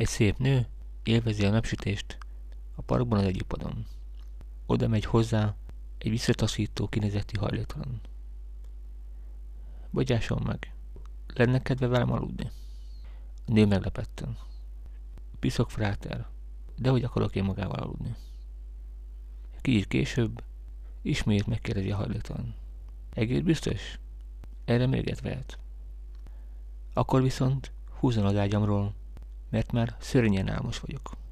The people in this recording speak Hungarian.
Egy szép nő élvezi a napsütést a parkban az egyik padon. Oda megy hozzá egy visszataszító kinézetű hajléktalan. Bocsásson meg, lenne kedve velem aludni? A nő meglepetten. Piszok fráter, de hogy akarok én magával aludni? Kicsit később ismét megkérdezi a hajléktalan. Egész biztos? Erre mérget vehet. Akkor viszont húzzon az ágyamról, mert már szörnyen álmos vagyok.